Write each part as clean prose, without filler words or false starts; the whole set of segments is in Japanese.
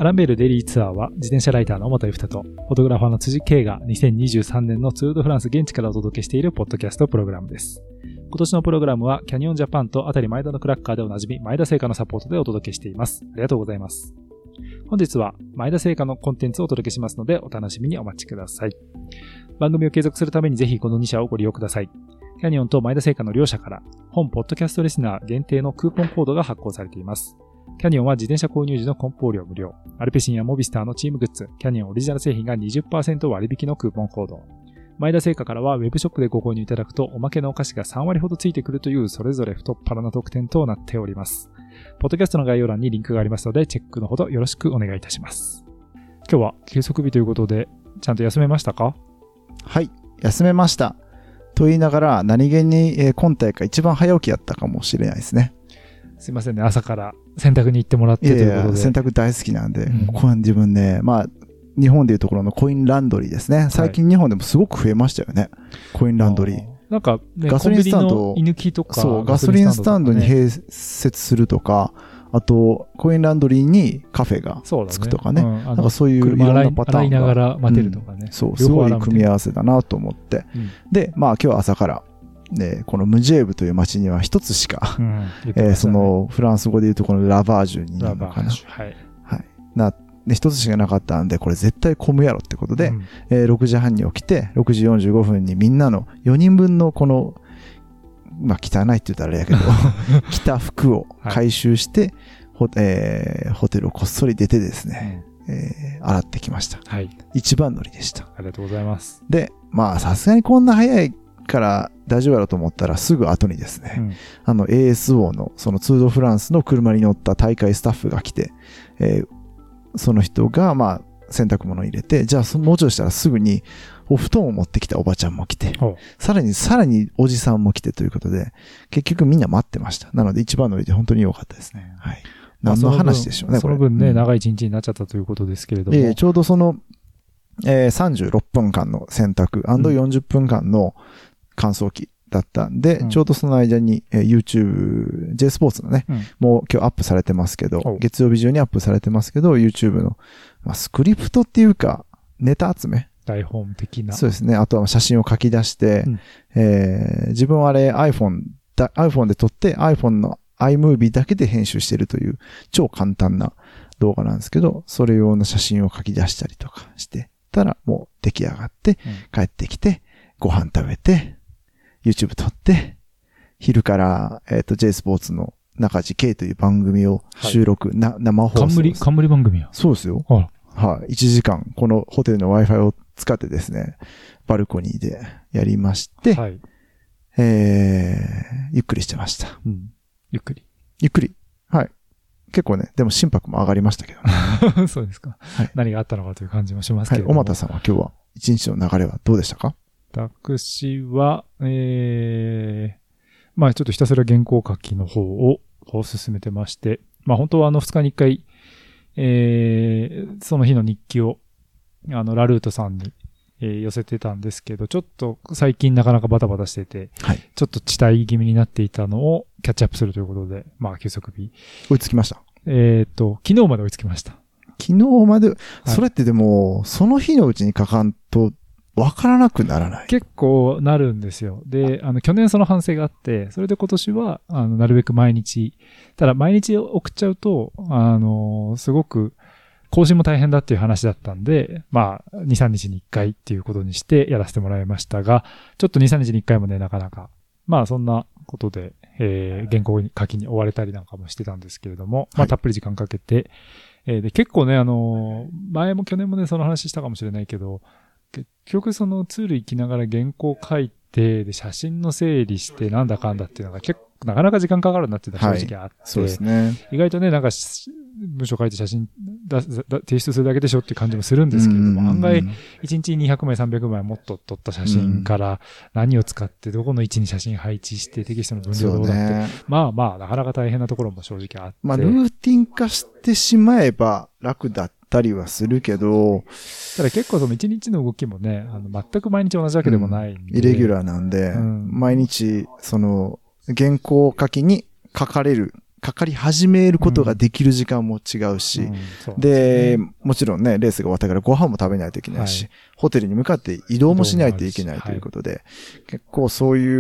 アランベールデイリーツアーは自転車ライターの表ゆふたとフォトグラファーの辻圭が2023年のツール・ド・フランス現地からお届けしているポッドキャストプログラムです。今年のプログラムはキャニオンジャパンとあたり前田のクラッカーでおなじみ前田製菓のサポートでお届けしています。ありがとうございます。本日は前田製菓のコンテンツをお届けしますのでお楽しみにお待ちください。番組を継続するためにぜひこの2社をご利用ください。キャニオンと前田製菓の両社から本ポッドキャストリスナー限定のクーポンコードが発行されています。キャニオンは自転車購入時の梱包料無料。アルペシンやモビスターのチームグッズ、キャニオンオリジナル製品が 20% 割引のクーポンコード。前田製菓からはウェブショップでご購入いただくとおまけのお菓子が3割ほどついてくるというそれぞれ太っ腹な特典となっております。ポッドキャストの概要欄にリンクがありますのでチェックのほどよろしくお願いいたします。今日は休息日ということでちゃんと休めましたか？ はい、休めました。と言いながら何気に今大会一番早起きやったかもしれないですね。 すいませんね、朝から洗濯に行ってもらってということで。 洗濯大好きなんで、これ自分ね、日本でいうところのコインランドリーですね。最近日本でもすごく増えましたよね。コインランドリー。 なんか、ね、 ガソリンスタンド、 居抜きとか、 そう、ガソリンスタンドに併設するとか、あと、コインランドリーにカフェがつくとかね。なんかそういういろんなパターンが。 洗いながら待てるとかね。 そう、すごい組み合わせだなと思って。で、今日は朝から、このムジェーブという街には一つしか、そのフランス語で言うとこのラバージュになるのかな。はい。一つしかなかったんで、これ絶対混むやろってことで、6時半に起きて、6時45分にみんなの4人分のこの、汚いって言ったらあれやけど、着た服を回収して、ホテルをこっそり出てですね、洗ってきました。はい。一番乗りでした。 ありがとうございます。 で、さすがにこんな早いから大丈夫やろうと思ったらすぐ後にですね、ASO のそのツードフランスの車に乗った大会スタッフが来て、その人が洗濯物を入れて、じゃあもうちょいしたらすぐにお布団を持ってきたおばちゃんも来て、さらにおじさんも来てということで、結局みんな待ってました。なので一番乗りで本当に良かったですね。はい。何の話でしょうね、これ。 その分ね、長い一日になっちゃったということですけれども。 ちょうどその、36分間の洗濯 &40 分間の乾燥機だったんで、ちょうどその間に、YouTube、J スポーツのね、もう今日アップされてますけど、月曜日中にアップされてますけど、YouTube の、スクリプトっていうか、ネタ集め。 台本的な。 そうですね。あとは写真を書き出して、自分はあれ iPhone で撮って iPhone の iMovie だけで編集してるという超簡単な動画なんですけど、それ用の写真を書き出したりとかしてたらもう出来上がって、帰ってきて、ご飯食べて、YouTube 撮って、昼から、J スポーツの中地 K という番組を収録、生放送。 冠番組や。 そうですよ。はい。1時間、このホテルの Wi-Fi を使ってですね、バルコニーでやりまして、はい、ゆっくりしてました。 ゆっくり。 はい。結構ね、でも心拍も上がりましたけどね。 そうですか。はい。何があったのかという感じもしますけど。 はい。小俣さんは今日は一日の流れはどうでしたか？ 私は、ちょっとひたすら原稿書きの方を進めてまして、本当は2日に1回、その日の日記を、ラルートさんに、寄せてたんですけど、ちょっと最近なかなかバタバタしてて、はい、ちょっと遅滞気味になっていたのをキャッチアップするということで、休息日。 追いつきました。 昨日まで追いつきました。 昨日まで、それってでも、その日のうちに書かんと、わからなくならない？ 結構なるんですよ。で、去年その反省があって、それで今年は、なるべく毎日、ただ毎日送っちゃうと、すごく、更新も大変だっていう話だったんで、2、3日に1回っていうことにしてやらせてもらいましたが、ちょっと2、3日に1回もね、なかなか、そんなことで、原稿書きに追われたりなんかもしてたんですけれども、たっぷり時間かけて、で、結構ね、前も去年もね、その話したかもしれないけど、結局そのツール行きながら原稿書いて、で、写真の整理してなんだかんだっていうのがなかなか時間かかるなっていうのは正直あって、 そうですね。 意外とね、なんか文章書いて写真提出するだけでしょっていう感じもするんですけれども、案外1日200枚300枚もっと撮った写真から何を使ってどこの位置に写真配置してテキストの分量どうだって、なかなか大変なところも正直あって。 ルーティン化してしまえば楽だったりはするけど、 ただ結構その1日の動きもね、全く毎日同じわけでもないんで、 イレギュラーなんで、毎日その原稿書きに書かれるかかり始めることができる時間も違うし、で、もちろんね、レースが終わったからご飯も食べないといけないし、ホテルに向かって移動もしないといけないということで、結構そういう、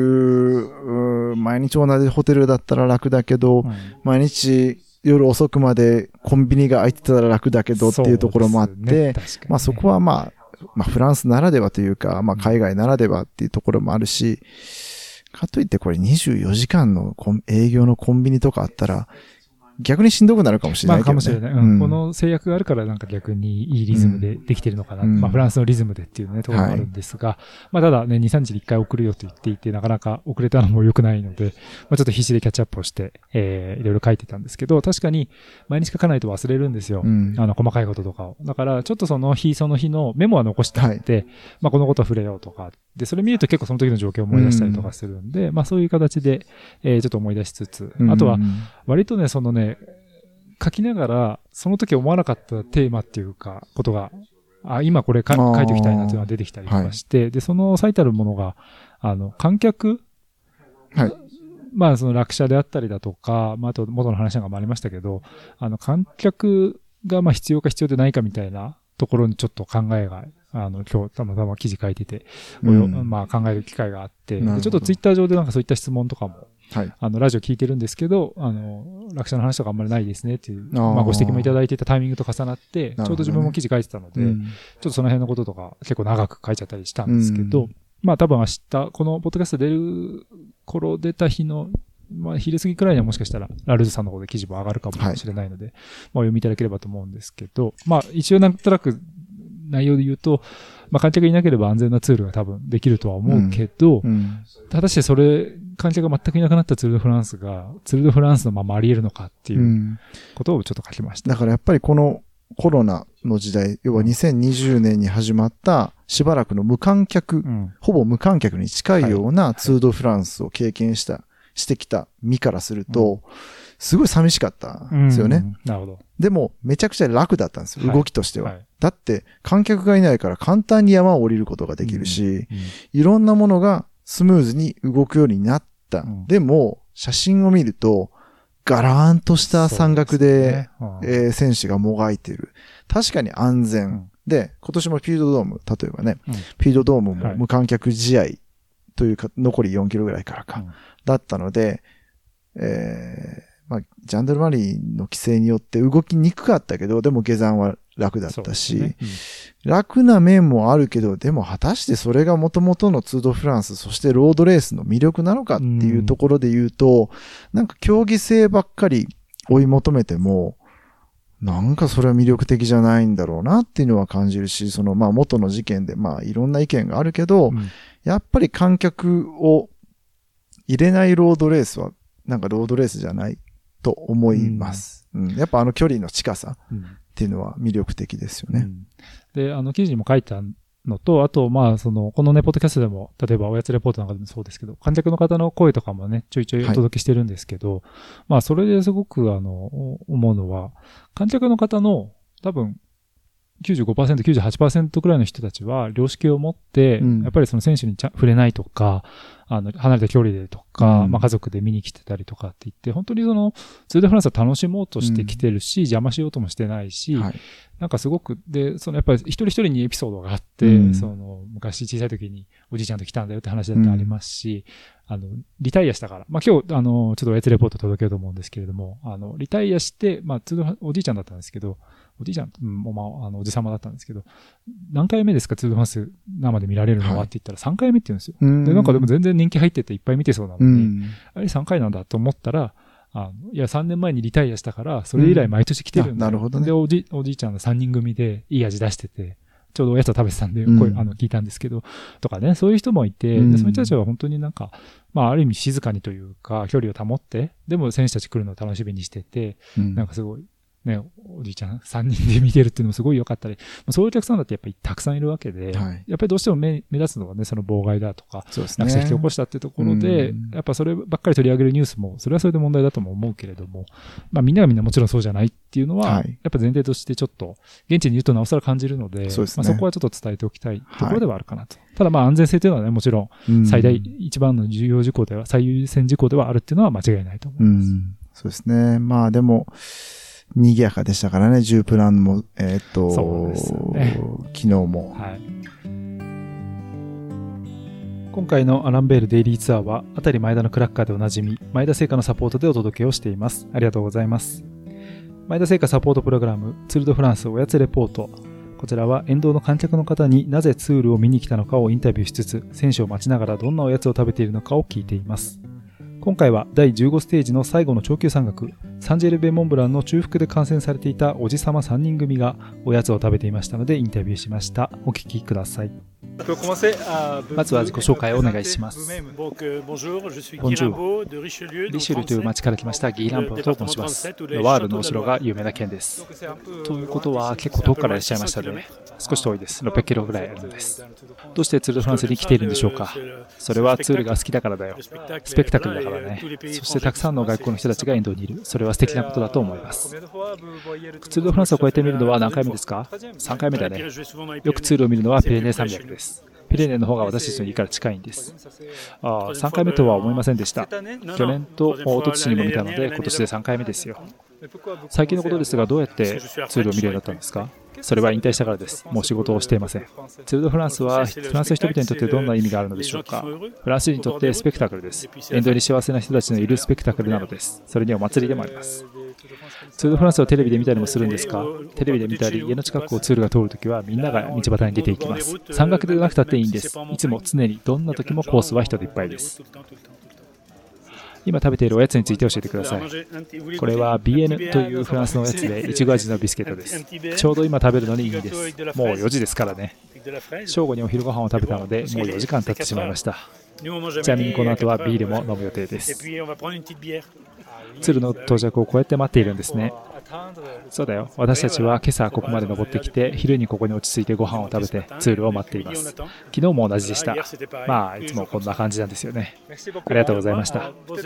毎日同じホテルだったら楽だけど、毎日夜遅くまでコンビニが開いてたら楽だけどっていうところもあって、まあそこはまあフランスならではというか、まあ海外ならではっていうところもあるし、かといってこれ24時間の営業のコンビニとかあったら、逆にしんどくなるかもしれないけどね。 まあかもしれない。この制約があるからなんか逆にいいリズムでできてるのかな。まあフランスのリズムでっていうね、ところもあるんですが、まあただね、2、3日に1回送るよと言っていて、なかなか遅れたのも良くないので、まあちょっと必死でキャッチアップをして、いろいろ書いてたんですけど、確かに毎日書かないと忘れるんですよ。細かいこととかを。だからちょっとその日のメモは残してあって、まあこのこと触れようとか、で、それ見ると結構その時の状況を思い出したりとかするんで、まあそういう形で、ちょっと思い出しつつ、あとは、割とね、そのね、書きながら、その時思わなかったテーマっていうか、ことが、今これ書いておきたいなっていうのが出てきたりとかして、で、その最たるものが、観客、まあその落車であったりだとか、まああと元の話なんかもありましたけど、観客がまあ必要か必要でないかみたいなところにちょっと考えが、今日たまたま記事書いてて、まあ考える機会があって、ちょっとツイッター上でなんかそういった質問とかも、ラジオ聞いてるんですけど、落車の話とかあんまりないですねっていう、まあご指摘もいただいていたタイミングと重なって、ちょうど自分も記事書いてたので、ちょっとその辺のこととか結構長く書いちゃったりしたんですけど、まあ多分明日、このポッドキャスト出る頃出た日の、まあ昼過ぎくらいにはもしかしたらラルズさんの方で記事も上がるかもしれないので、まあお読みいただければと思うんですけど、まあ一応なんとなく内容で言うと、まあ観客いなければ安全なツールが多分できるとは思うけど、果たしてそれ、観客が全くいなくなったツール・ド・フランスが、ツール・ド・フランスのままあり得るのかっていうことをちょっと書きました。 だからやっぱりこのコロナの時代、要は2020年に始まったしばらくの無観客、ほぼ無観客に近いようなツール・ド・フランスを経験してきた身からすると、すごい寂しかったんですよね。 なるほど。 でも、めちゃくちゃ楽だったんですよ、動きとしては。だって、観客がいないから簡単に山を降りることができるし、いろんなものがスムーズに動くようになった。でも、写真を見ると、ガラーンとした山岳で、選手がもがいてる。確かに安全。で、今年もフィールドドーム、例えばね、フィールドドームも無観客試合というか、残り4キロぐらいからか、だったので、まあ、ジャンダルマリーの規制によって動きにくかったけど、でも下山は楽だったし、楽な面もあるけど、でも果たしてそれが元々のツードフランス、そしてロードレースの魅力なのかっていうところで言うと、なんか競技性ばっかり追い求めても、なんかそれは魅力的じゃないんだろうなっていうのは感じるし、そのまあ元の事件でまあいろんな意見があるけど、やっぱり観客を入れないロードレースはなんかロードレースじゃないと思います。やっぱ距離の近さっていうのは魅力的ですよね。 で、記事にも書いたのと、あと、まあ、このね、ポッドキャストでも、例えばおやつレポートなんかでもそうですけど、観客の方の声とかもね、ちょいちょいお届けしてるんですけど、まあ、それですごく、思うのは、観客の方の、多分、95%、98% くらいの人たちは、良識を持って、やっぱりその選手に触れないとか、離れた距離でとか、まあ家族で見に来てたりとかって言って、本当にツール・ド・フランスを楽しもうとしてきてるし、邪魔しようともしてないし、なんかすごく、で、やっぱり一人一人にエピソードがあって、昔小さい時におじいちゃんと来たんだよって話だってありますし、リタイアしたから、まあ今日、ちょっとおやつレポート届けようと思うんですけれども、リタイアして、まあおじいちゃんだったんですけど、おじいちゃん、まあ、おじさまだったんですけど、何回目ですかツール・ド・フランス生で見られるのはって言ったら3回目って言うんですよ。で、なんかでも全然人気入ってていっぱい見てそうなのに、あれ3回なんだと思ったら、いや、3年前にリタイアしたから、それ以来毎年来てるんだ。 なるほどね。 で、おじいちゃんが3人組でいい味出してて、ちょうどおやつを食べてたんで、聞いたんですけど、とかね、そういう人もいて、でそういう人たちは本当になんか、まあ、ある意味静かにというか、距離を保って、でも選手たち来るのを楽しみにしてて、なんかすごい、ね、おじいちゃん3人で見てるっていうのもすごい良かったり、そういうお客さんだってやっぱりたくさんいるわけで、やっぱりどうしても目立つのがね、その妨害だとか、落車引き起こしたっていうところで、やっぱそればっかり取り上げるニュースも、それはそれで問題だとも思うけれども、まあみんながみんなもちろんそうじゃないっていうのは、やっぱ前提としてちょっと、現地に言うとなおさら感じるので、まあそこはちょっと伝えておきたいところではあるかなと。ただまあ安全性というのはね、もちろん最大一番の重要事項では、最優先事項ではあるっていうのは間違いないと思います。 そうですね。まあでも、賑やかでしたからね、10プランも、 そうですね、 昨日も。 はい。今回のアランベールデイリーツアーは、あたり前田のクラッカーでおなじみ、前田製菓のサポートでお届けをしています。ありがとうございます。前田製菓サポートプログラム、ツールドフランスおやつレポート。こちらは沿道の観客の方になぜツールを見に来たのかをインタビューしつつ、選手を待ちながらどんなおやつを食べているのかを聞いています。今回は第15ステージの最後の長級山岳、サンジェルベ・モンブランの中腹で観戦されていたおじさま3人組がおやつを食べていましたのでインタビューしました。お聞きください。まずは自己紹介をお願いします。ボンジュール。リシュリュという町から来ましたギーランボーと申します。ロワールのお城が有名な県です。ということは結構遠くからいらっしゃいましたね。少し遠いです。600キロぐらいあるんです。どうしてツール・ド・フランスに来ているんでしょうか。それはツールが好きだからだよ。スペクタクルだからね。そしてたくさんの外国の人たちが沿道にいる。それは素敵なことだと思います。ツール・ド・フランスを超えてみるのは何回目ですか。3回目だね。よくツールを見るのはピレネー山脈です。ピレネーの方が私たちの家から近いんです。3回目とは思いませんでした。去年と一昨年にも見たので今年で3回目ですよ。最近のことですが、どうやってツールを見るようになったんですか。それは引退したからです。もう仕事をしていません。ツール・ド・フランスはフランスの人々にとってどんな意味があるのでしょうか。フランス人にとってスペクタクルです。沿道に幸せな人たちのいるスペクタクルなのです。それにはお祭りでもあります。ツール・ド・フランスをテレビで見たりもするんですか。テレビで見たり、家の近くをツールが通るときはみんなが道端に出ていきます。山岳でなくたっていいんです。いつも常にどんな時もコースは人でいっぱいです。今食べているおやつについて教えてください。これは BN というフランスのおやつでいちご味のビスケットです。ちょうど今食べるのにいいです。もう4時ですからね。正午にお昼ご飯を食べたのでもう4時間経ってしまいました。ちなみにこの後はビールも飲む予定です。ツールの到着をこうやって待っているんですね。そうだよ。私たちは今朝ここまで登ってきて、昼にここに落ち着いてご飯を食べてツールを待っています。昨日も同じでした。まあいつもこんな感じなんですよね。ありがとうございました。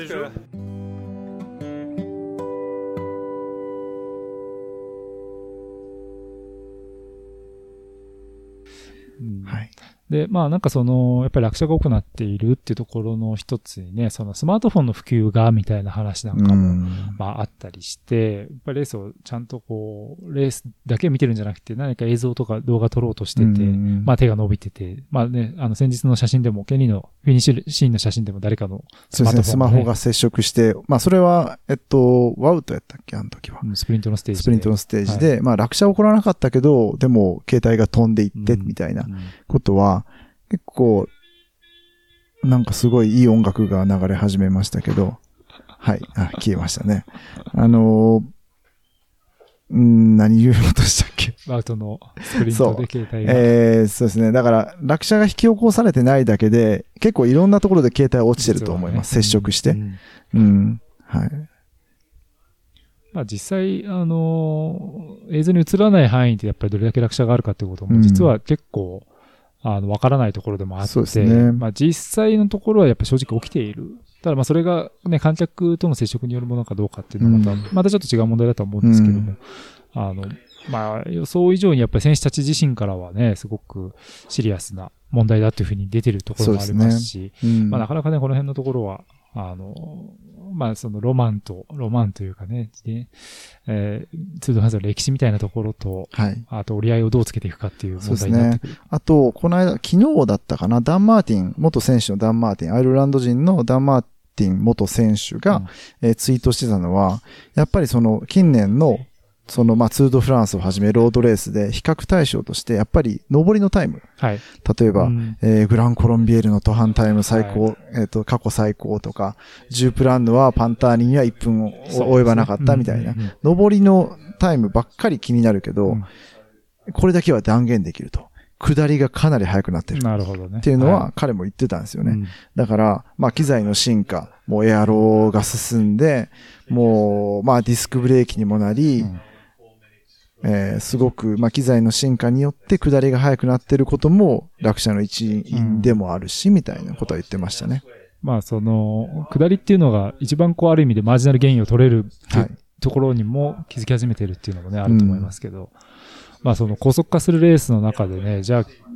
はい。 で、まあなんかやっぱり落車が多くなっているっていうところの一つにね、そのスマートフォンの普及が、みたいな話なんかも、まああったりして、やっぱりレースをちゃんとレースだけ見てるんじゃなくて、何か映像とか動画撮ろうとしてて、まあ手が伸びてて、まあね、先日の写真でも、ケニーのフィニッシュシーンの写真でも誰かのスマートフォン、ね、そうですね、スマホが接触して、まあそれは、ワウトやったっけ、あの時は。 スプリントのステージで。 スプリントのステージで、はい、まあ落車は起こらなかったけど、でも携帯が飛んでいって、みたいなことは、結構、なんかすごいいい音楽が流れ始めましたけど、はい、消えましたね。何言おうとしたっけ？ アウトのスプリントで携帯が。 そうですね。だから、落車が引き起こされてないだけで、結構いろんなところで携帯落ちてると思います。接触して。はい。 まあ実際、映像に映らない範囲でやっぱりどれだけ落車があるかっていうことも、実は結構、わからないところでもあって、そうですね。まあ実際のところはやっぱ正直起きている。ただまあそれがね、観客との接触によるものかどうかっていうのはまたちょっと違う問題だと思うんですけども、まあ予想以上にやっぱり選手たち自身からはね、すごくシリアスな問題だというふうに出てるところもありますし、まあなかなかね、この辺のところは、まあそのロマンというかね、ツール・ド・フランスの歴史みたいなところと、はい、あと折り合いをどうつけていくかっていう問題になってくる。そうですね。あと、この間、昨日だったかな、ダン・マーティン、元選手のダン・マーティン、アイルランド人のダン・マーティン元選手が、ツイートしてたのは、やっぱりその近年のまあ、ツール・ド・フランスをはじめロードレースで比較対象として、やっぱり上りのタイム。はい。例えば、グランコロンビエルの途半タイム最高、過去最高とか、ジュープランヌはパンターニには1分を及ばなかったみたいな、上りのタイムばっかり気になるけど、これだけは断言できると。下りがかなり速くなってる。 なるほどね。 っていうのは彼も言ってたんですよね。だから、まあ機材の進化、もうエアロが進んで、もう、まあディスクブレーキにもなり、すごく、まあ、機材の進化によって下りが速くなっていることも落車の一因でもあるし、みたいなことは言ってましたね。 まあ、下りっていうのが一番ある意味でマージナルゲインを取れるところにも気づき始めてるっていうのもね、あると思いますけど、まあ、高速化するレースの中でね、じゃあ、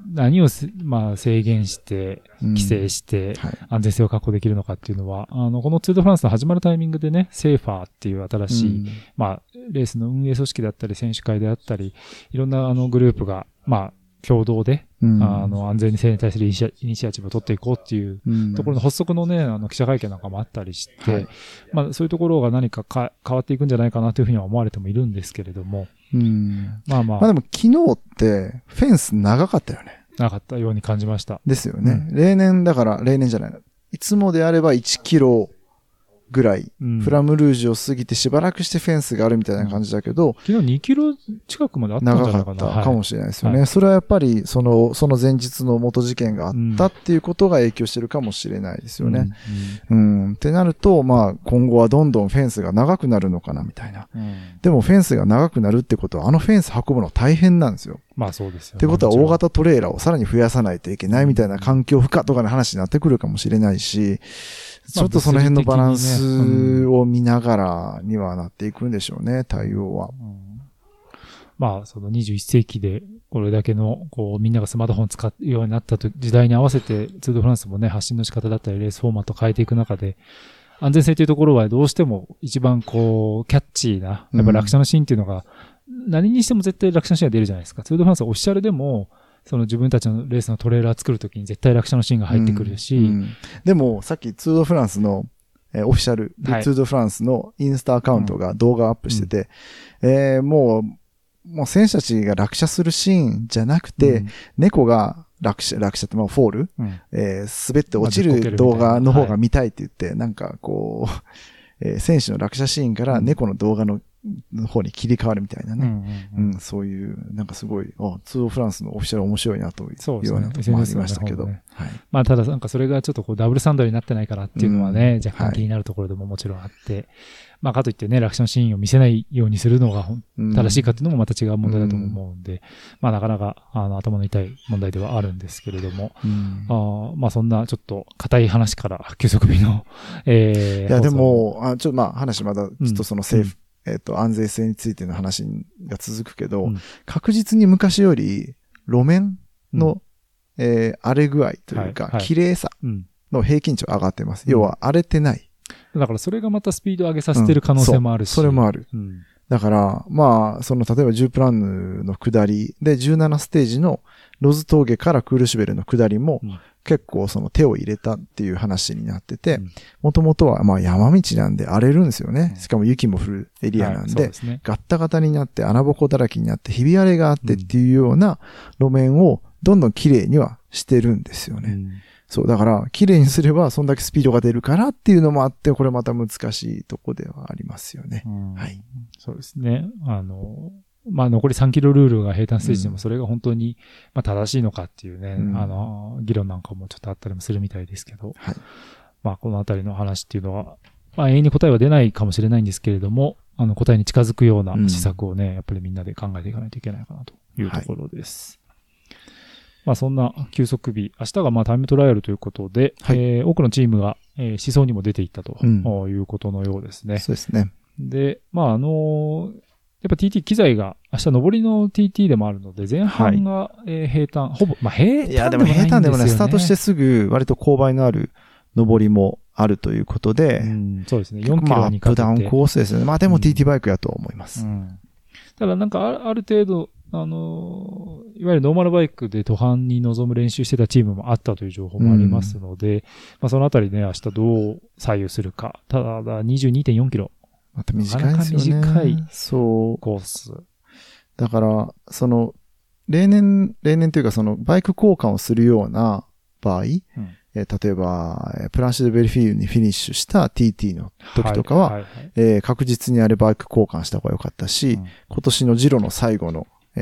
何をまあ制限して、規制して、安全性を確保できるのかっていうのは、このツール・ド・フランスの始まるタイミングでね、セーファーっていう新しい、まあ、レースの運営組織だったり、選手会であったり、いろんなグループが、まあ、共同で、安全性に対するイニシアチブを取っていこうっていうところの発足のね、記者会見なんかもあったりして、まあそういうところが何か変わっていくんじゃないかなというふうには思われてもいるんですけれども。 まあでも昨日ってフェンス長かったよね。 長かったように感じました。 ですよね。例年じゃない。いつもであれば1キロぐらい、フラムルージュを過ぎてしばらくしてフェンスがあるみたいな感じだけど、 昨日2キロ近くまであったんじゃないかな。 長かったかもしれないですよね。それはやっぱりその前日の元事件があったっていうことが影響してるかもしれないですよね。ってなると、まあ今後はどんどんフェンスが長くなるのかなみたいな。でもフェンスが長くなるってことはフェンス運ぶの大変なんですよ。 まあそうですよね。 ってことは大型トレーラーをさらに増やさないといけないみたいな環境負荷とかの話になってくるかもしれないし、ちょっとその辺のバランスを見ながらにはなっていくんでしょうね、対応は。 まあ、その21世紀でこれだけの、みんながスマートフォン使うようになった時代に合わせて、ツール・ド・フランスもね、発信の仕方だったり、レースフォーマットを変えていく中で、安全性というところはどうしても一番キャッチーな、やっぱ落車のシーンっていうのが、何にしても絶対落車のシーンが出るじゃないですか。ツール・ド・フランスはオフィシャルでも、その自分たちのレースのトレーラー作るときに絶対落車のシーンが入ってくるし。 でも、さっきツール・ド・フランスのオフィシャル、ツール・ド・フランスのインスタアカウントが動画アップしてて、もう選手たちが落車するシーンじゃなくて、猫が落車ってフォール、滑って落ちる動画の方が見たいって言って、なんか選手の落車シーンから猫の動画の方に切り替わるみたいなね。そういう、なんかすごい、ツール・フランスのオフィシャル面白いなというようなところもありましたけど。 まあただなんかそれがちょっとダブルスタンダードになってないかなっていうのはね、若干気になるところでももちろんあって、まあかといってね、落車のシーンを見せないようにするのが正しいかっていうのもまた違う問題だと思うんで、まあなかなか頭の痛い問題ではあるんですけれども、まあそんなちょっと硬い話から休息日の、 いやでも、ちょっとまあ話まだちょっとその政府、安全性についての話が続くけど、確実に昔より路面の、荒れ具合というか、綺麗さの平均値は上がってます。要は荒れてない。 だからそれがまたスピードを上げさせてる可能性もあるし。 それもある。だから、まあ、例えば10プランヌの下りで17ステージのロズ峠からクールシュベルの下りも、結構手を入れたっていう話になってて、もともとはまあ山道なんで荒れるんですよね。しかも雪も降るエリアなんで、ガッタガタになって穴ぼこだらけになってひび荒れがあってっていうような路面をどんどん綺麗にはしてるんですよね。そう、だから、綺麗にすれば、そんだけスピードが出るからっていうのもあって、これまた難しいとこではありますよね。はい。 そうですね。まあ、残り3キロルールが平坦ステージでも、それが本当に、まあ、正しいのかっていうね、議論なんかもちょっとあったりもするみたいですけど、はい。まあ、このあたりの話っていうのは、まあ、永遠に答えは出ないかもしれないんですけれども、答えに近づくような施策をね、やっぱりみんなで考えていかないといけないかなというところです。まあそんな休息日、明日がまあタイムトライアルということで、多くのチームが、思想にも出ていったということのようですね。 そうですね。 で、まあやっぱ TT 機材が明日上りの TT でもあるので、前半が、平坦、ほぼ、まあ平坦でもないんですよね。いやでも平坦でもね、スタートしてすぐ割と勾配のある上りもあるということで、 そうですね。4キロにかけて。 アップダウンコースですね。まあでも TT バイクやと思います。 ただなんかある程度、いわゆるノーマルバイクで途半に臨む練習してたチームもあったという情報もありますので、まあそのあたりね、明日どう左右するか。ただ、22.4 キロ。 また短いですよね。 なかなか短いコース。 だから、例年というかバイク交換をするような場合、例えば、プランシュでベルフィーユにフィニッシュした TT の時とかは、確実にあれバイク交換した方が良かったし、今年のジロの最後の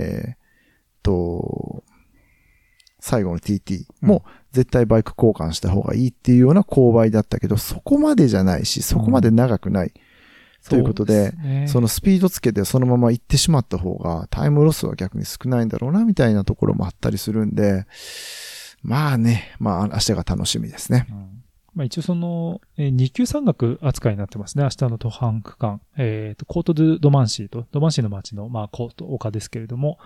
最後の TT も絶対バイク交換した方がいいっていうような勾配だったけど、そこまでじゃないし、そこまで長くない。ということで、そのスピードつけてそのまま行ってしまった方がタイムロスは逆に少ないんだろうなみたいなところもあったりするんで、まあね、まあ明日が楽しみですね。 まあ一応2級山岳扱いになってますね。明日の途半区間。コート・ドゥ・ドマンシーと、ドマンシーの町の、まあコート、丘ですけれども、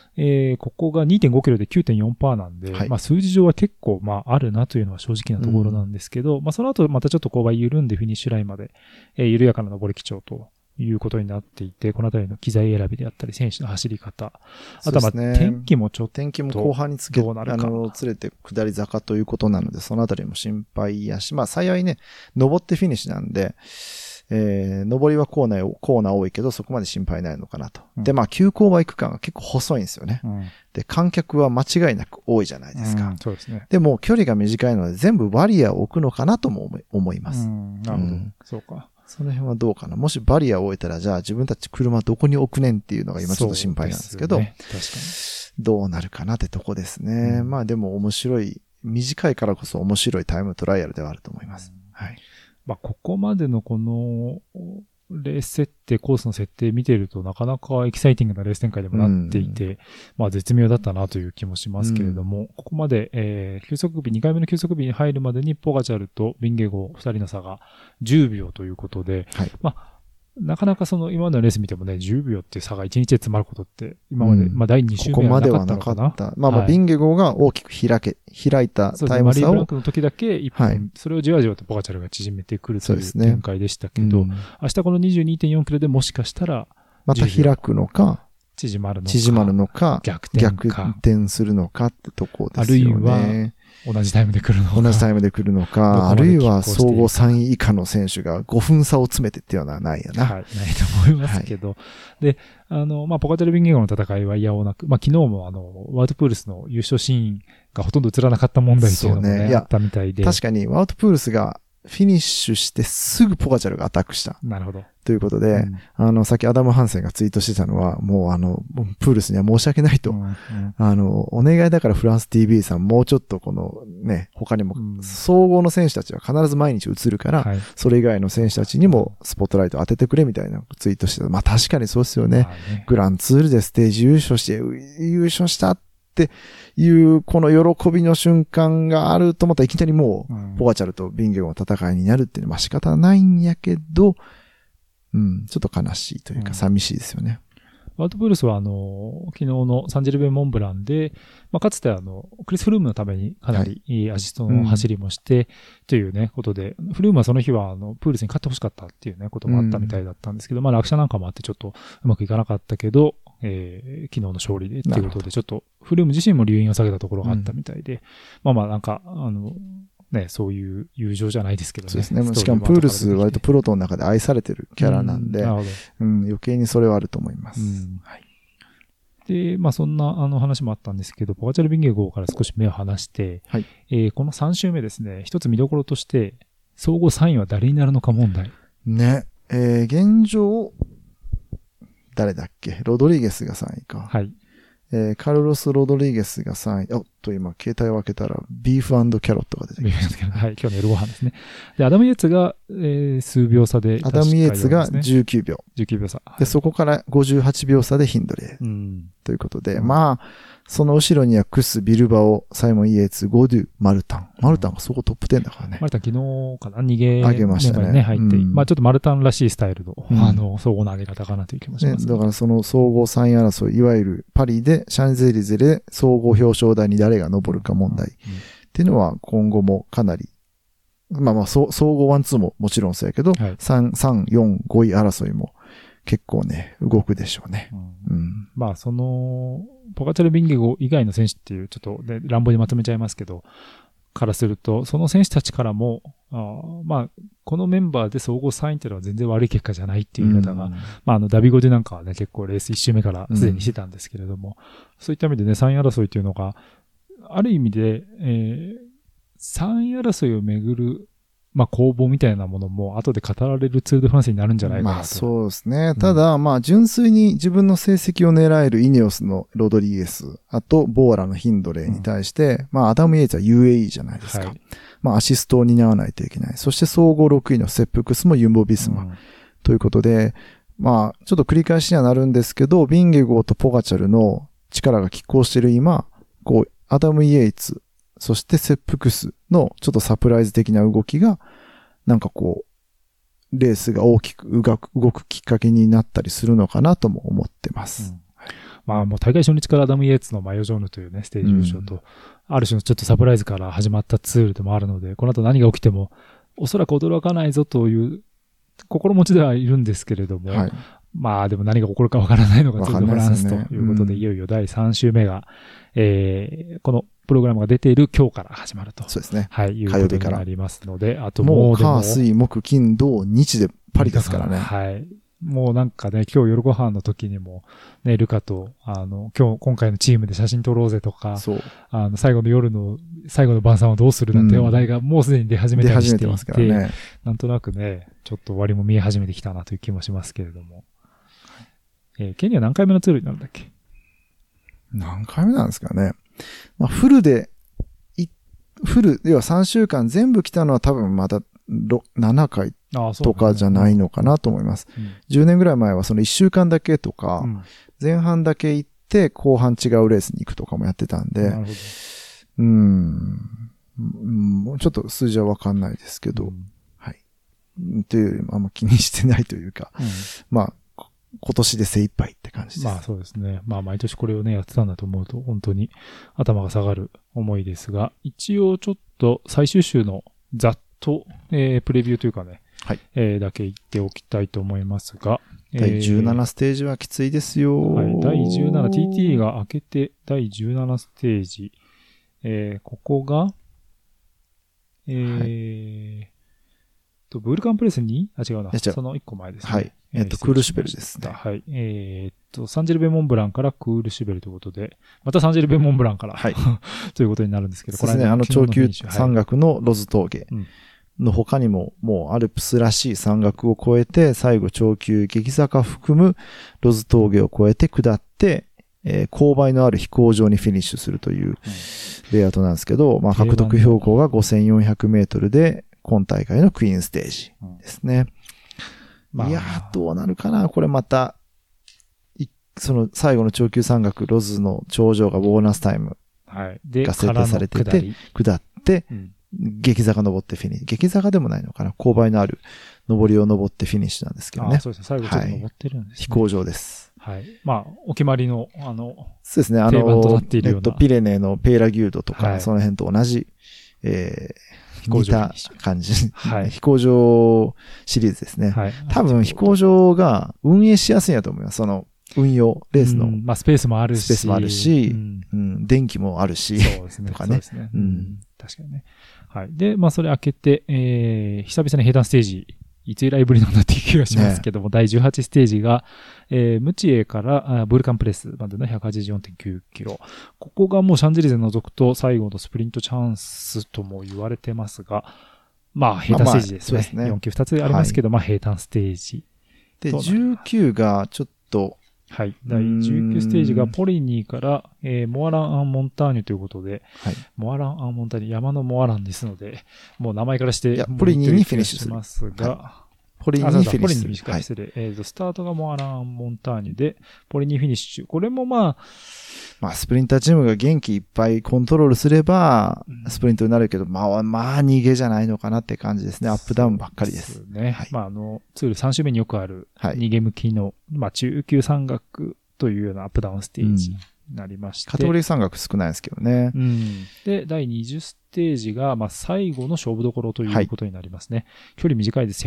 ここが 2.5 キロで 9.4% なんで、まあ数字上は結構まああるなというのは正直なところなんですけど、まあその後またちょっと勾配緩んでフィニッシュラインまで、緩やかな上り基調ということになっていて、このあたりの機材選びであったり、選手の走り方、あとはまあ天気もちょっと天気も後半につけどうなるか連れて下り坂ということなので、そのあたりも心配やし、まあ幸いね、登ってフィニッシュなんで、上りはコーナー多いけど、そこまで心配ないのかなと。で、まあ、急勾配区間が結構細いんですよね。で、観客は間違いなく多いじゃないですか。 そうですね。 でも、距離が短いので、全部バリアを置くのかなとも思います。 なるほど。そうか。 その辺はどうかな。もしバリアを置いたら、じゃあ自分たち車どこに置くねんっていうのが今ちょっと心配なんですけど、確かに。どうなるかなってとこですね。まあ、でも面白い、短いからこそ面白いタイムトライアルではあると思います。はい。 まあ、ここまでのこの、レース設定、コースの設定見てるとなかなかエキサイティングなレース展開でもなっていて、まあ絶妙だったなという気もしますけれども、ここまで、休息日、2回目の休息日に入るまでにポガチャルとビンゲゴ2人の差が10秒ということで、まあ、なかなかその今までのレース見てもね、10秒っていう差が1日で詰まることって今まで、まあ第2週目はなかったのかな。ここまではなかった。 まあまあ、ビンゲゴが大きく開いたタイム差を。 マリーブランクの時だけ1分、それをじわじわとポガチャルが縮めてくるという展開でしたけど、明日この 22.4 キロでもしかしたら、 また開くのか、 縮まるのか、逆転するのかってとこですよね。 あるいは、同じタイムで来るのか、 あるいは総合3位以下の選手が5分差を詰めてっていうのはないよな。 はい、ないと思いますけど。で、まあ、ポガチャルビンゲゴの戦いは嫌おなく、まあ、昨日もワウトプールスの優勝シーンがほとんど映らなかった問題っていうのもね、あったみたいで。 確かに、ワウトプールスがフィニッシュしてすぐポガチャルがアタックした。 なるほど。 ということで、さっきアダム・ハンセンがツイートしてたのは、もうプールスには申し訳ないと。お願いだからフランス TV さんもうちょっとこのね、他にも、総合の選手たちは必ず毎日映るから、それ以外の選手たちにもスポットライト当ててくれみたいなツイートしてた。まあ確かにそうですよね。グランツールでステージ優勝したっていうこの喜びの瞬間があると思ったらいきなりもう、ポガチャルとビンゲゴの戦いになるっていうのはまあ仕方ないんやけど、ちょっと悲しいというか寂しいですよね。 ワウトプールスは昨日のサンジェルベンモンブランで、まあ、かつてクリス・フルームのためにかなりいいアシストの走りもして、というね、ことで、フルームはその日はプールスに勝ってほしかったっていうね、こともあったみたいだったんですけど、まあ落車なんかもあってちょっとうまくいかなかったけど、昨日の勝利でっていうことで、ちょっとフルーム自身も留飲を下げたところがあったみたいで、まあまあなんか、ね、そういう友情じゃないですけどね。 そうですね。しかもプールス割とプロトの中で愛されてるキャラなんで、余計にそれはあると思います。はい。 で、まあそんな話もあったんですけど、ポガチャルビンゲゴから少し目を離して、はい、この3週目ですね、一つ見どころとして、総合3位は誰になるのか問題。 ね。現状、誰だっけ？ロドリゲスが3位か。はい。カルロス・ロドリゲスが3位。今、携帯を開けたら、ビーフ&キャロットが出てきました。 はい、今日の夜ご飯ですね。で、アダム・イエツが、数秒差で、 アダム・イエツが19秒。 19秒差。 で、そこから58秒差でヒンドレー。ということで、まあ、その後ろにはクス、ビルバオ、サイモン・イエーツ、ゴデュ、マルタン。マルタンがそこトップ10だからね。 マルタン昨日かな逃げ上げましたね。 入って、まあちょっとマルタンらしいスタイルの、総合の上げ方かなという気もします、 ね。だからその総合3位争い、いわゆるパリで、シャンゼリゼで総合表彰台に誰が登るか問題。っていうのは今後もかなり、まあまあ総合1、2ももちろんそうやけど、3、4、5位争いも結構ね、動くでしょうね。 まあポガチャル・ビンゲゴ以外の選手っていう、ちょっとね、乱暴にまとめちゃいますけど、からすると、その選手たちからも、まあ、このメンバーで総合3位っていうのは全然悪い結果じゃないっていう言い方が、まあダビゴデなんかはね、結構レース1周目からすでにしてたんですけれども、そういった意味でね、3位争いっていうのが、ある意味で、3位争いをめぐる、まあ攻防みたいなものも後で語られるツール・ド・フランスになるんじゃないかなと。 まあそうですね。ただ、まあ純粋に自分の成績を狙えるイネオスのロドリゲス、あとボーラのヒンドレーに対して、まあアダム・イエイツは UAE じゃないですか。まあアシストを担わないといけない。そして総合6位のセップクスもユンボ・ビスマ。ということで、まあちょっと繰り返しにはなるんですけど、ビンゲゴーとポガチャルの力が拮抗している今、こう、アダム・イエイツ、そしてセップクスのちょっとサプライズ的な動きが、なんかこう、レースが大きく動くきっかけになったりするのかなとも思ってます。 まあもう大会初日からアダム・イエーツのマヨジョーヌというね、ステージ優勝と、ある種のちょっとサプライズから始まったツールでもあるので、この後何が起きても、おそらく驚かないぞという心持ちではいるんですけれども、はい、まあでも何が起こるかわからないのがツール・ド・フランスということで、いよいよ第3週目が、このプログラムが出ている今日から始まると。 そうですね。 はい、いうことになりますので、あともう火、水、木、金、土、日でパリですからね。 はい。もうなんかね、今日夜ご飯の時にも、ね、ルカと、今回のチームで写真撮ろうぜとか、最後の晩餐はどうするなんて話題がもうすでに出始めたりしていて、ますからね、なんとなくね、ちょっと終わりも見え始めてきたなという気もしますけれども。ケニーは何回目のツールになるんだっけ？ 何回目なんですかね。まあ、フル、要は3週間全部来たのは多分まだ7回とかじゃないのかなと思います。10年ぐらい前はその1週間だけとか、前半だけ行って後半違うレースに行くとかもやってたんで、もうちょっと数字はわかんないですけど、はい。というよりもあんま気にしてないというか、まあ、今年で精一杯って感じです。 まあそうですね。まあ毎年これをね、やってたんだと思うと、本当に頭が下がる思いですが、一応ちょっと最終週のざっと、プレビューというかね、はい、だけ言っておきたいと思いますが、 第17ステージはきついですよ。 はい、第17、TT が明けて第17ステージ、ここが、はい、ブルカンプレスに違うな。その1個前ですね。 はい。クールシュベルですね。 はい。サンジェルベ・モンブランからクールシュベルということで、またサンジェルベ・モンブランから、はい、ということになるんですけど、 これですね、長級山岳のロズ峠の他にも、もうアルプスらしい山岳を越えて、最後長級激坂含むロズ峠を越えて下って、勾配のある飛行場にフィニッシュするというレイアウトなんですけど、まあ、獲得標高が5400メートルで、今大会のクイーンステージですね。いやー、どうなるかなこれまた、その最後の長級山岳、ロズの頂上がボーナスタイムが設定されてて、下って、激坂登ってフィニッシュ。激坂でもないのかな勾配のある登りを登ってフィニッシュなんですけどね。 そうですね。最後ちょっと登ってるんですね。 飛行場です。 はい。まあ、お決まりの、 そうですね。定番となっているような。ピレネーのペーラギュードとか、その辺と同じ、似た感じ。はい。飛行場シリーズですね。はい。多分飛行場が運営しやすいんやと思います。その運用、レースの。 まあスペースもあるし。 電気もあるし。 そうですね。とかね。そうですね。確かにね。はい。で、まあそれ開けて、久々に平坦ステージ、いつ以来ぶりなんだっていう気がしますけども、第18ステージが、ムチエからブルカンプレスまでの 184.9 キロ。ここがもうシャンゼリゼ除くと最後のスプリントチャンスとも言われてますが、まあ平坦ステージですね。まあ、4級2つありますけど、まあ平坦ステージ。 で、19がちょっと、 はい。第19ステージがポリニーから、モアラン・アン・モンターニュということで、はい、モアラン・アン・モンターニュ、山のモアランですので、もう名前からして、 ポリニーにフィニッシュしますが、 はい、ポリニーにフィニッシュする。 はい、失礼。スタートがモアラン・アン・モンターニュで、ポリニーフィニッシュ。これもまあ、 スプリンターチームが元気いっぱいコントロールすれば、スプリントになるけど、まあ逃げじゃないのかなって感じですね。アップダウンばっかりです。 そうですね。はい、まあツール3周目によくある、逃げ向きの、まあ中級山岳というようなアップダウンステージになりまして。 カテゴリー山岳少ないですけどね。 で、第20ステージが、まあ最後の勝負どころということになりますね。距離短いです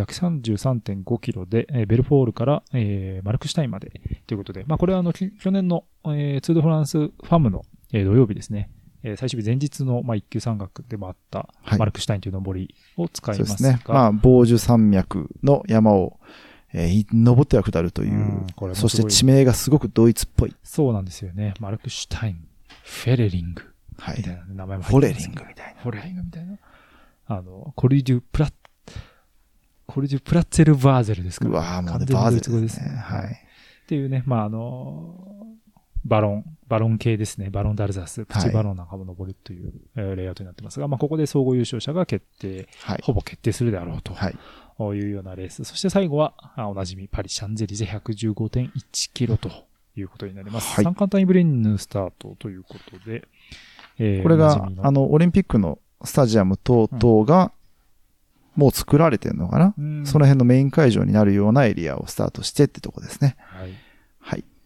。133.5 キロで、ベルフォールから、マルクシュタインまでということで、まあこれは去年の、ツードフランスファムの、土曜日ですね。最終日前日の、まあ、一級山岳でもあった、マルクシュタインという登りを使いますが。そうですね。 まあ、ボージュ山脈の山を、登っては下るという、そして地名がすごくドイツっぽい。 そうなんですよね。マルクシュタイン、フェレリング。はい。みたいな名前も入ってます。フォレリングみたいな。 フォレリングみたいな。コルデュプラッツェルバーゼルですかね。 うわぁ、もうね、バーゼルですね。 はい。っていうね、まあバロン系ですね。バロンダルザス、プチバロンなんかも登るという、レイアウトになってますが、まあここで総合優勝者が決定、ほぼ決定するであろうと。はい。いうようなレース。そして最後は、おなじみ、パリ・シャンゼリゼ 115.1 キロということになります。はい、三冠タイブレンヌスタートということで、 これが、オリンピックのスタジアム等々が、もう作られてるのかな、その辺のメイン会場になるようなエリアをスタートしてってとこですね。はい。はい。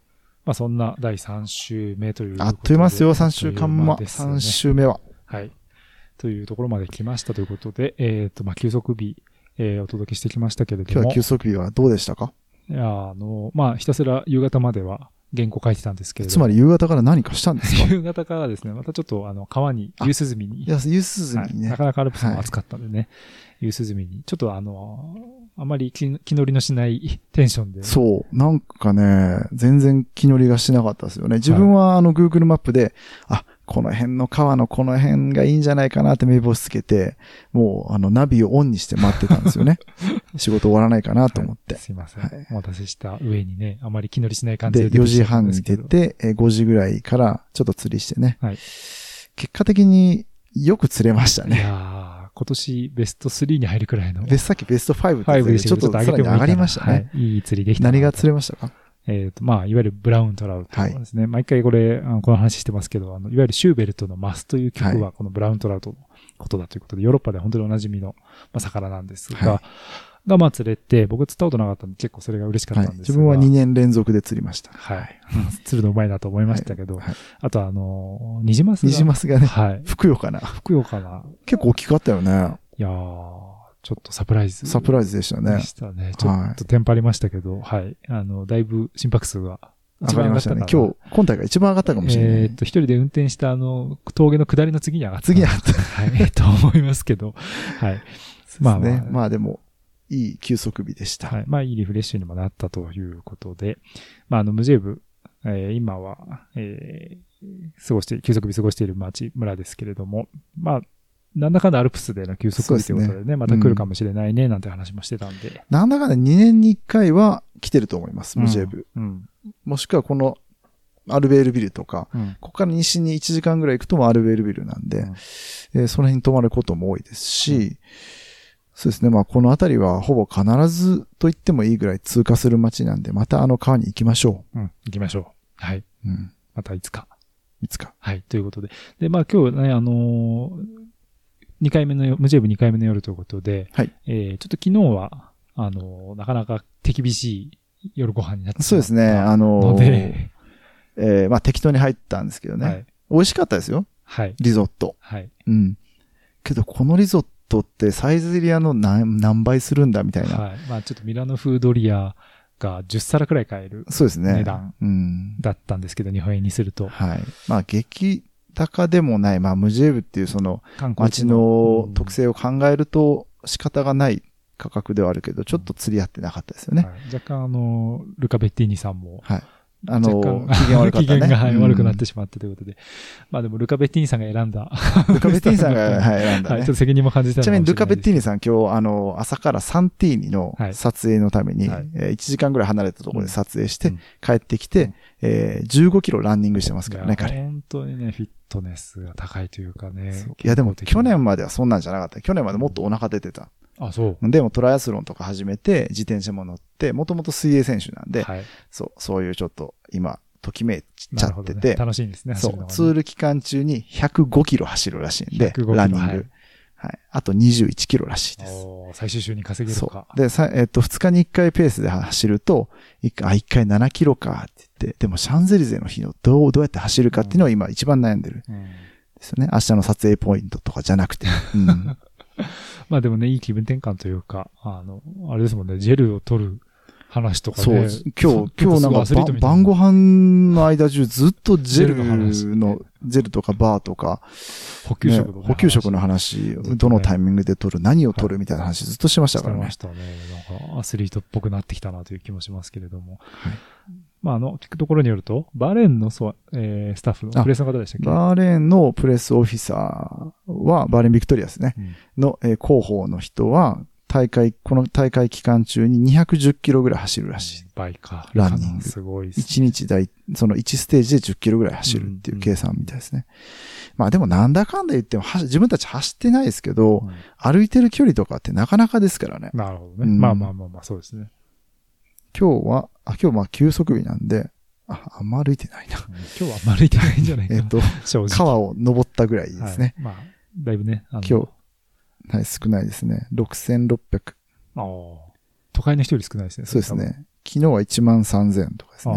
まあそんな第3週目ということで。 あっという間ですよ、3週間も、3週目は。 はい。というところまで来ましたということで、まあ休息日、お届けしてきましたけれども。 今日は休息日はどうでしたか？ いや、まあひたすら夕方までは原稿書いてたんですけれども。 つまり夕方から何かしたんですか？ 夕方からですね、またちょっと川に、夕涼みに。 いや、夕涼みにね、 なかなかアルプスも暑かったんでね、夕涼みに。ちょっとあまり気乗りのしないテンションで。 そう。なんかね、全然気乗りがしなかったですよね。自分はGoogle マップで、この辺の川のこの辺がいいんじゃないかなって目星つけて、もうナビをオンにして待ってたんですよね。仕事終わらないかなと思って。 すいません。お待たせした上にね、あまり気乗りしない感じで。 で、4時半に出て、5時ぐらいからちょっと釣りしてね。結果的によく釣れましたね。 いや今年ベスト3に入るくらいの。 さっきベスト5って言ってちょっとさらに上がりましたね。 いい釣りできた。 何が釣れましたか？ まあ、いわゆるブラウントラウトですね。毎回この話してますけど、いわゆるシューベルトのマスという曲は、このブラウントラウトのことだということで、ヨーロッパでは本当におなじみの魚なんですが、まあ釣れて、僕釣ったことなかったんで、結構それが嬉しかったんですが、 自分は2年連続で釣りました。 はい。釣るのうまいなと思いましたけど、あとニジマスがね、ふくよかな。結構大きかったよね。 いやー。ちょっとサプライズでしたね。 ちょっとテンパりましたけど、はい。だいぶ心拍数が上がりましたね。今大会一番上がったかもしれない。 一人で運転した峠の下りの次に上がった。はい。と思いますけど、はい。 まあでも、いい休息日でした。 はい。まあいいリフレッシュにもなったということで、まあムジェーブ、今は、休息日過ごしている村ですけれども、まあ、なんだかんだアルプスでの休息日ということでね、また来るかもしれないね、なんて話もしてたんで。 なんだかんだ2年に1回は来てると思います、ムジェーブ。もしくはこのアルベールビルとか、ここから西に1時間ぐらい行くともアルベールビルなんで、その辺に泊まることも多いですし、そうですね、まあこの辺りはほぼ必ずと言ってもいいぐらい通過する街なんで、また川に行きましょう。 行きましょう。はい。またいつか。 はい。 ということで。で、まあ今日ね、ムジェーブ2回目の夜ということで、ちょっと昨日は、なかなか手厳しい夜ご飯になってしまった。 そうですね、まあ適当に入ったんですけどね。美味しかったですよ。リゾット。けど、このリゾットってサイゼリアの何倍するんだみたいな。 まあちょっとミラノフードリアが10皿くらい買える値段だったんですけど、日本円にすると。 まあ高でもない、まあ、ムジェーブっていう街の特性を考えると仕方がない価格ではあるけど、ちょっと釣り合ってなかったですよね。 若干ルカ・ベッティーニさんも、 機嫌悪かったね。 機嫌が悪くなってしまってということで。まあでもルカ・ベッティーニさんが選んだ。 ルカ・ベッティーニさんが選んだね。 ちょっと責任も感じたちなみにルカ・ベッティーニさん今日朝からサンティーニの撮影のために、1時間ぐらい離れたところで撮影して帰ってきて、15キロランニングしてますからね、彼。 本当にね、フィットネスが高いというかね。 いやでも去年まではそんなんじゃなかった。去年までもっとお腹出てた。 そう。 でもトライアスロンとか始めて、自転車も乗って、もともと水泳選手なんで、そういうちょっと今、ときめいちゃってて、 楽しいんですね、 そう、ツール期間中に105キロ走るらしいんで、ランニング。あと21キロらしいです。 最終週に稼げるか。 で、2日に1回ペースで走ると、1回7キロかって言って、でもシャンゼリゼの日のどうやって走るかっていうのを今一番悩んでる。ですよね。明日の撮影ポイントとかじゃなくて。 まあでもね、いい気分転換というか、あれですもんね、ジェルを取る話とかね。 今日なんか晩ご飯の間中ずっとジェルとかバーとか、補給食の話、どのタイミングで取る、何を取るみたいな話ずっとしてましたからね。 してましたね。なんかアスリートっぽくなってきたなという気もしますけれども。まあ聞くところによると、バーレーンのスタッフのプレスの方でしたっけ？ バーレーンのプレスオフィサーは、バーレーンビクトリアですね。の広報の人は、この大会期間中に210キロぐらい走るらしい。 倍か。 ランニング。 すごいですね。 1日その1ステージで10キロぐらい走るっていう計算みたいですね。まあでもなんだかんだ言っても自分たち走ってないですけど、歩いてる距離とかってなかなかですからね。 なるほどね。まあ、そうですね。 今日まあ休息日なんで、あんま歩いてないな。 今日はあんま歩いてないんじゃないかな。 川を登ったぐらいですね。 まあ、だいぶね。 今日、少ないですね。6600。 都会の人より少ないですね。 そうですね。昨日は13000とかですね。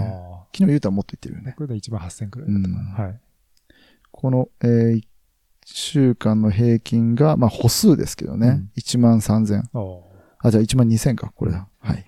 昨日言うたらもっと言ってるよね。 これで1万8000くらいだったかな。はい。 この、1週間の平均が、まあ歩数ですけどね。1万3000。じゃあ1万2000か、これだ。はい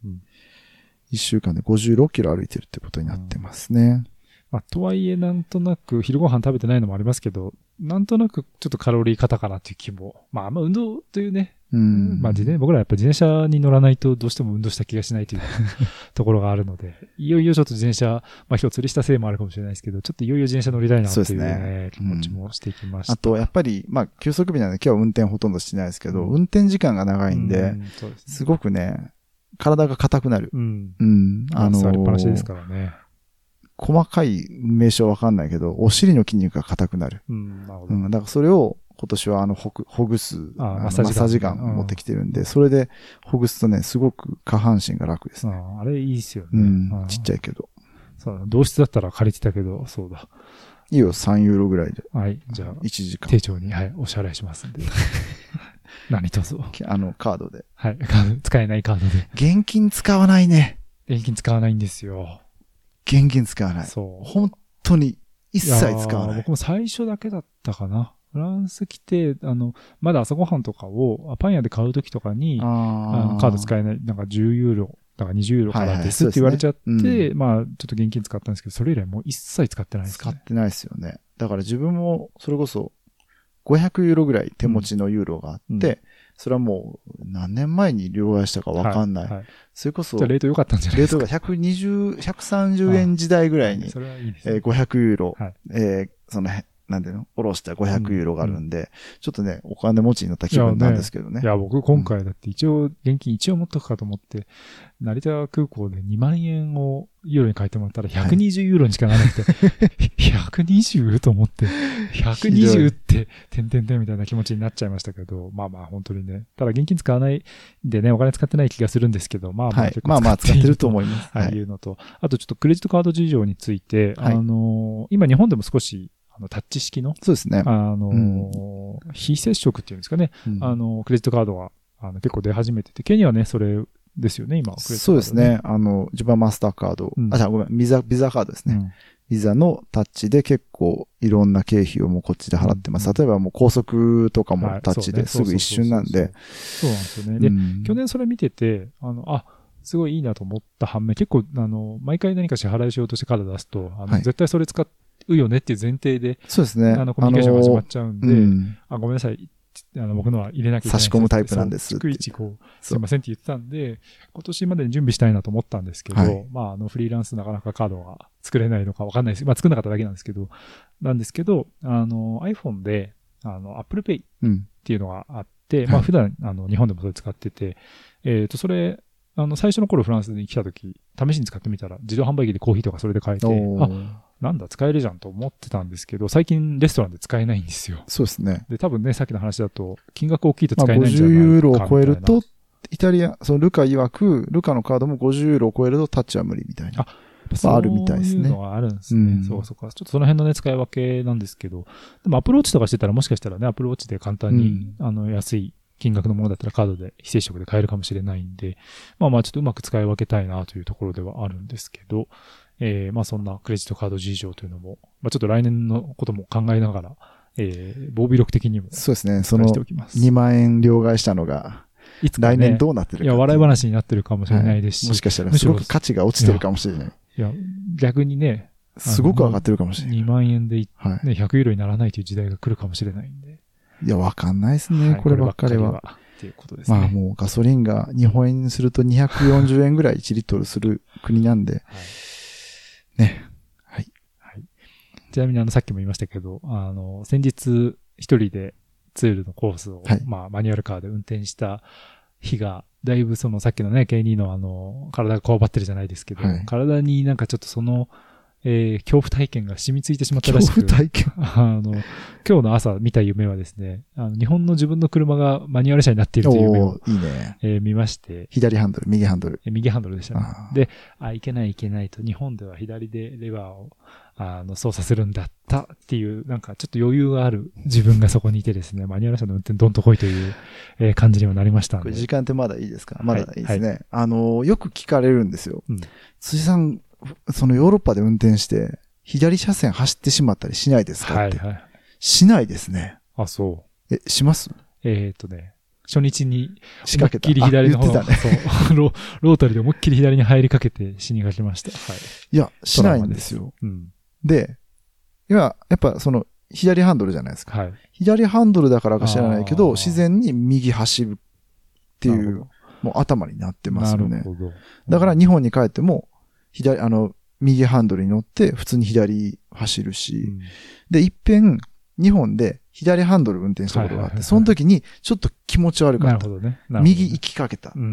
。1週間で56キロ歩いてるってことになってますね。 まあ、とはいえ、なんとなく、昼ご飯食べてないのもありますけど、なんとなくちょっとカロリー型かなっていう気も。まあ、運動というね。まあ、僕らやっぱ自転車に乗らないとどうしても運動した気がしないというところがあるので、いよいよちょっと自転車、まあ今日釣りしたせいもあるかもしれないですけど、ちょっといよいよ自転車乗りたいなっていうね、気持ちもしてきました。 あと、やっぱり、まあ、休息日なんで今日は運転ほとんどしてないですけど、運転時間が長いんで、すごくね、体が硬くなる。座りっぱなしですからね。細かい名称わかんないけど、お尻の筋肉が硬くなる。なるほど。だからそれを今年はほぐす、マッサージガン持ってきてるんで、それでほぐすとね、すごく下半身が楽ですね。 あれいいっすよね。 ちっちゃいけど。 そうだ、同室だったら借りてたけど、そうだ。 いいよ、3ユーロぐらいで。 はい、じゃあ、 1時間。 丁重に、はい、お支払いしますんで。何卒。 カードで。 はい、使えないカードで。 現金使わないね。 現金使わないんですよ。 現金使わない。 そう。 本当に一切使わない。 僕も最初だけだったかな。フランス来て、まだ朝ごはんとかをパン屋で買うときとかに、カード使えない、なんか10ユーロ、だから20ユーロからですって言われちゃって、まあ、ちょっと現金使ったんですけど、それ以来もう一切使ってないですね。 使ってないですよね。だから自分も、それこそ、500ユーロぐらい手持ちのユーロがあって、それはもう何年前に両替したかわかんない。それこそ、 じゃあレート良かったんじゃないですか。 レートが130円時代ぐらいに、 それはいいですね。 500ユーロ、なんていうの下ろした500ユーロがあるんで、ちょっとね、お金持ちになった気分なんですけどね。 いや、僕今回だって現金一応持っとくかと思って、成田空港で2万円をユーロに変えてもらったら120ユーロにしかならなくて、120? と思って、120って、てんてんてんみたいな気持ちになっちゃいましたけど、まあまあ本当にね。ただ現金使わないでね、お金使ってない気がするんですけど、まあまあ結構使ってると思います。 はい、いうのと、あとちょっとクレジットカード事情について、今日本でも少し、タッチ式の、 そうですね。 非接触っていうんですかね。クレジットカードが、結構出始めてて、ケニアはね、それですよね、今。 そうですね。自分はマスターカード。ごめん、ビザカードですね。ビザのタッチで結構いろんな経費をもうこっちで払ってます。例えばもう高速とかもタッチですぐ一瞬なんで。 そうなんですよね。で、去年それ見てて、すごいいいなと思った反面、結構、毎回何か支払いしようとしてカード出すと、絶対それ使うよねっていう前提で、 そうですね。 コミュニケーションが始まっちゃうんで、ごめんなさい。僕のは入れなきゃいけない。 差し込むタイプなんです。 逐一すいませんって言ってたんで、今年までに準備したいなと思ったんですけど、まあ、フリーランスなかなかカードが作れないのかわかんないです。まあ、作んなかっただけなんですけど、iPhone で、Apple Pay っていうのがあって、まあ、普段、日本でもそれ使ってて、それ、最初の頃フランスに来た時、試しに使ってみたら、自動販売機でコーヒーとかそれで買えて、なんだ、使えるじゃんと思ってたんですけど、最近レストランで使えないんですよ。 そうですね。 で、多分ね、さっきの話だと、金額大きいと使えないんじゃないか 50ユーロを超えると、イタリア、ルカ曰く、ルカのカードも50ユーロを超えるとタッチは無理みたいな。あるみたいですね。 そういうのがあるんですね。そうそうか。ちょっとその辺のね、使い分けなんですけど、でもアプローチとかしてたらもしかしたらね、アプローチで簡単に、安い金額のものだったらカードで非接触で買えるかもしれないんで、まあまあちょっとうまく使い分けたいなというところではあるんですけど、まあそんなクレジットカード事情というのも、まあちょっと来年のことも考えながら、防備力的にも。 そうですね。その2万円両替したのが、いつかね、来年どうなってるか。 いや、笑い話になってるかもしれないですし。 もしかしたらすごく価値が落ちてるかもしれない。 いや、逆にね、 すごく上がってるかもしれない。 2万円で、ね、100ユーロにならないという時代が来るかもしれないんで。 いや、わかんないですね、こればっかりは。 っていうことですね。 まあもうガソリンが日本円にすると240円ぐらい1リットルする国なんで。ね。はい。 はい。ちなみにさっきも言いましたけど、先日一人でツールのコースを、まあマニュアルカーで運転した日が、だいぶさっきのね、K2 の体がこわばってるじゃないですけど、体になんかちょっと恐怖体験が染みついてしまったらしく。 恐怖体験今日の朝見た夢はですね、日本の自分の車がマニュアル車になっているという夢を、 いいね。 見まして。 左ハンドル、右ハンドル。 右ハンドルでしたね。で、いけないと、日本では左でレバーを、操作するんだったっていう、なんかちょっと余裕がある自分がそこにいてですね、マニュアル車の運転どんと来いという、感じにはなりましたんで。 これ時間ってまだいいですか？まだいいですね。よく聞かれるんですよ。辻さん、 そのヨーロッパで運転して、左車線走ってしまったりしないですかって。はいはい。しないですね。 あ、そう。 します？ 初日に、思いっきり左の方、ね、そうロータリーで思いっきり左に入りかけて死にかけました。はい。 いや、しないんですよ。うん。で、やっぱ左ハンドルじゃないですか。はい。左ハンドルだからか知らないけど、自然に右走るっていう、もう頭になってますよね。なるほど。だから日本に帰っても、右ハンドルに乗って普通に左走るし、うん、で、一遍、日本で左ハンドル運転したことがあって、その時にちょっと気持ち悪かった。なるほどね。右行きかけた。うん。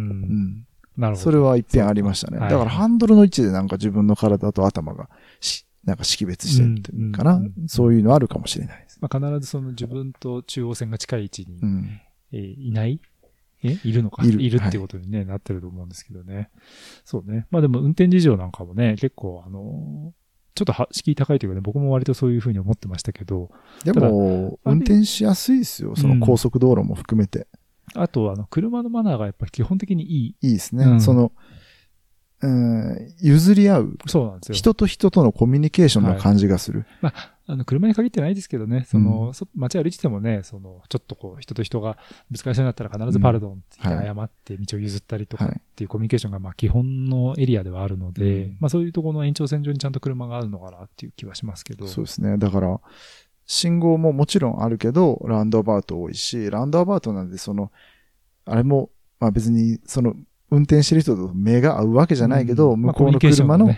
なるほど。それは一遍ありましたね。だからハンドルの位置でなんか自分の体と頭がなんか識別してるっていうかな、そういうのあるかもしれないです。 まあ、必ずその自分と中央線が近い位置に、いないいるのかいるっていうことにね、なってると思うんですけどね。そうね。まあでも運転事情なんかもね、結構ちょっと敷居高いというかね、僕も割とそういうふうに思ってましたけど。 でも、運転しやすいですよ。その高速道路も含めて。 あと、車のマナーがやっぱり基本的にいい。 いいですね。譲り合う。 そうなんですよ。 人と人とのコミュニケーションの感じがする。 まあ、車に限ってないですけどね、街歩いててもね、ちょっとこう、人と人がぶつかりそうになったら必ずパルドンって謝って道を譲ったりとかっていうコミュニケーションがまあ基本のエリアではあるので、まあそういうところの延長線上にちゃんと車があるのかなっていう気はしますけど。 そうですね。だから、信号ももちろんあるけど、ラウンドアバウト多いし、ラウンドアバウトなんであれも、まあ別に運転してる人と目が合うわけじゃないけど、向こうの車の、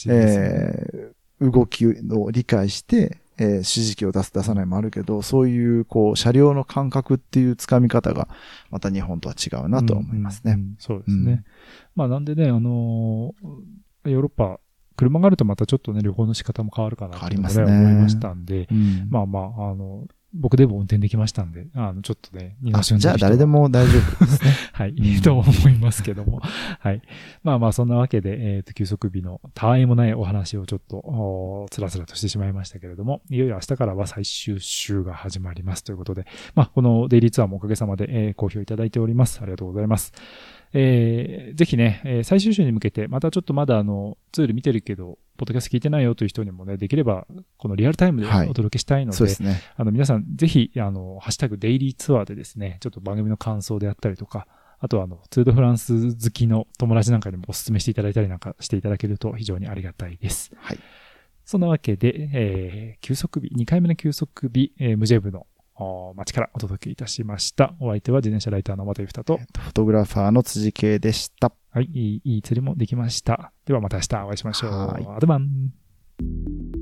動きを理解して、指示器を出さないもあるけど、そういう車両の感覚っていう掴み方がまた日本とは違うなと思いますね。 そうですね。まあなんでね、ヨーロッパ、車があるとまたちょっとね、旅行の仕方も変わるかなと思いましたんで、まあまあ、僕でも運転できましたんで、ちょっとね、 じゃあ誰でも大丈夫ですね。 はい、と思いますけども。はい。まあまあ、そんなわけで、休息日のたわいもないお話をちょっと、つらつらとしてしまいましたけれども、いよいよ明日からは最終週が始まりますということで、まあ、このデイリーツアーもおかげさまで、好評いただいております。ありがとうございます。ぜひね、最終週に向けて、またちょっとまだツール見てるけど、ポッドキャスト聞いてないよという人にもね、できれば、このリアルタイムでお届けしたいので、そうですね。皆さん、ぜひ、ハッシュタグデイリーツアーでですね、ちょっと番組の感想であったりとか、あとはツールドフランス好きの友達なんかにもお勧めしていただいたりなんかしていただけると非常にありがたいです。はい。そんなわけで、休息日、2回目の休息日、ムジェブの街からお届けいたしました。お相手は自転車ライターの又由太と、 フォトグラファーの辻圭でした。 はい、いい釣りもできました。ではまた明日お会いしましょう。アドバン。